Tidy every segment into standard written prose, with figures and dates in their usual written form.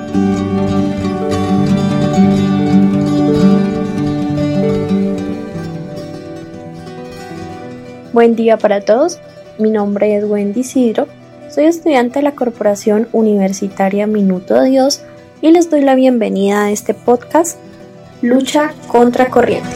Buen día para todos, mi nombre es Wendy Isidro, soy estudiante de la Corporación Universitaria Minuto de Dios y les doy la bienvenida a este podcast Lucha contra Corriente.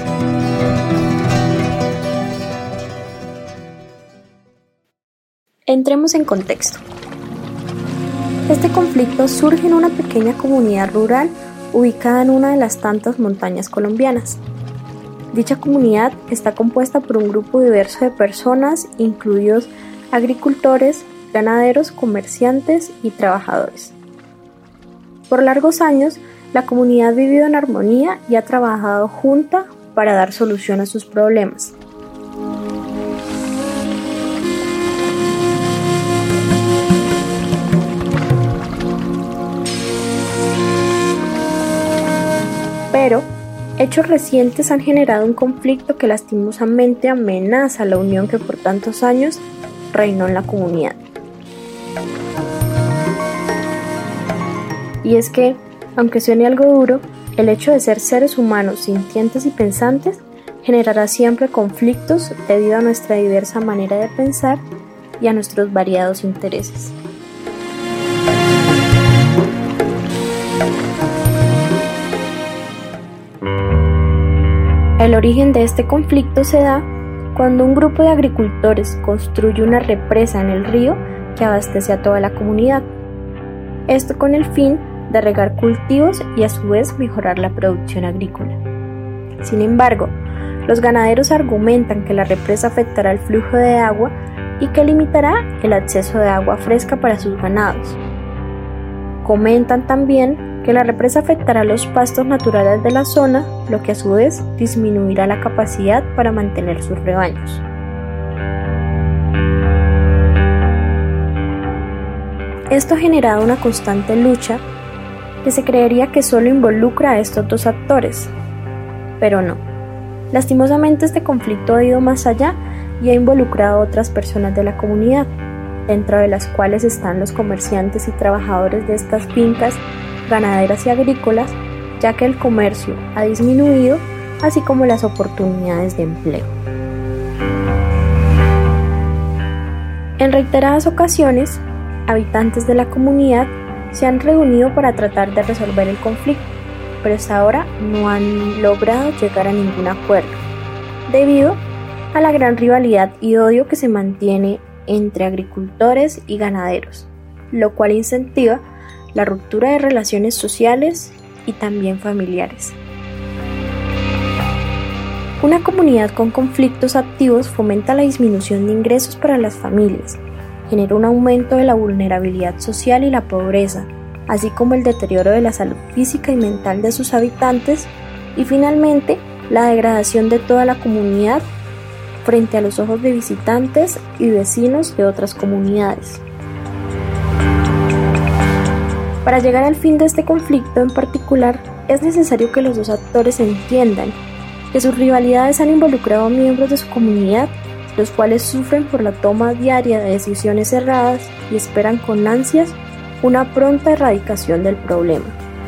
Entremos en contexto. Este conflicto surge en una pequeña comunidad rural ubicada en una de las tantas montañas colombianas. Dicha comunidad está compuesta por un grupo diverso de personas, incluidos agricultores, ganaderos, comerciantes y trabajadores. Por largos años, la comunidad ha vivido en armonía y ha trabajado junta para dar solución a sus problemas. Pero hechos recientes han generado un conflicto que lastimosamente amenaza la unión que por tantos años reinó en la comunidad. Y es que, aunque suene algo duro, el hecho de ser seres humanos sintientes y pensantes generará siempre conflictos debido a nuestra diversa manera de pensar y a nuestros variados intereses. El origen de este conflicto se da cuando un grupo de agricultores construye una represa en el río que abastece a toda la comunidad. Esto con el fin de regar cultivos y a su vez mejorar la producción agrícola. Sin embargo, los ganaderos argumentan que la represa afectará el flujo de agua y que limitará el acceso de agua fresca para sus ganados. Comentan también que la represa afectará los pastos naturales de la zona, lo que a su vez disminuirá la capacidad para mantener sus rebaños. Esto ha generado una constante lucha que se creería que solo involucra a estos dos actores, pero no. Lastimosamente este conflicto ha ido más allá y ha involucrado a otras personas de la comunidad, dentro de las cuales están los comerciantes y trabajadores de estas fincas ganaderas y agrícolas, ya que el comercio ha disminuido, así como las oportunidades de empleo. En reiteradas ocasiones, habitantes de la comunidad se han reunido para tratar de resolver el conflicto, pero hasta ahora no han logrado llegar a ningún acuerdo, debido a la gran rivalidad y odio que se mantiene entre agricultores y ganaderos, lo cual incentiva la ruptura de relaciones sociales y también familiares. Una comunidad con conflictos activos fomenta la disminución de ingresos para las familias, genera un aumento de la vulnerabilidad social y la pobreza, así como el deterioro de la salud física y mental de sus habitantes y finalmente la degradación de toda la comunidad frente a los ojos de visitantes y vecinos de otras comunidades. Para llegar al fin de este conflicto en particular, es necesario que los dos actores entiendan que sus rivalidades han involucrado a miembros de su comunidad, los cuales sufren por la toma diaria de decisiones erradas y esperan con ansias una pronta erradicación del problema.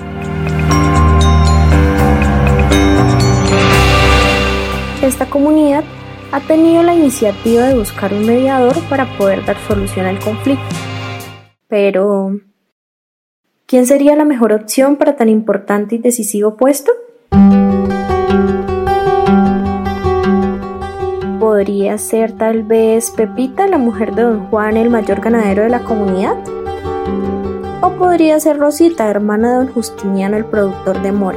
Esta comunidad ha tenido la iniciativa de buscar un mediador para poder dar solución al conflicto. Pero ¿quién sería la mejor opción para tan importante y decisivo puesto? ¿Podría ser tal vez Pepita, la mujer de don Juan, el mayor ganadero de la comunidad? ¿O podría ser Rosita, hermana de don Justiniano, el productor de mora?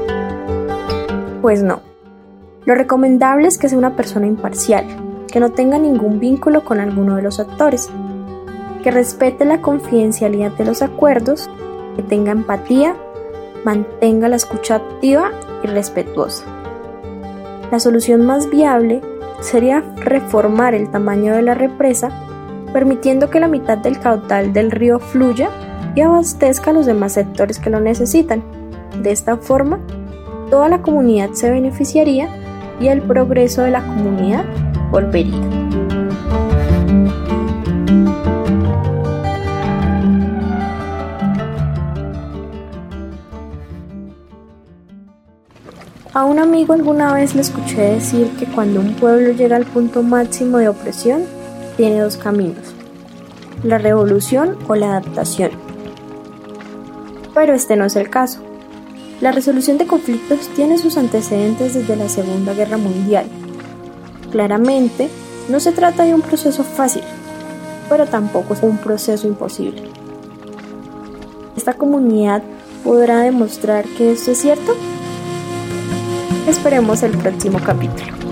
Pues no. Lo recomendable es que sea una persona imparcial, que no tenga ningún vínculo con alguno de los actores, que respete la confidencialidad de los acuerdos, que tenga empatía, mantenga la escucha activa y respetuosa. La solución más viable sería reformar el tamaño de la represa, permitiendo que la mitad del caudal del río fluya y abastezca a los demás sectores que lo necesitan. De esta forma, toda la comunidad se beneficiaría y el progreso de la comunidad volvería. A un amigo alguna vez le escuché decir que cuando un pueblo llega al punto máximo de opresión, tiene dos caminos: la revolución o la adaptación. Pero este no es el caso. La resolución de conflictos tiene sus antecedentes desde la Segunda Guerra Mundial. Claramente, no se trata de un proceso fácil, pero tampoco es un proceso imposible. ¿Esta comunidad podrá demostrar que esto es cierto? Esperemos el próximo capítulo.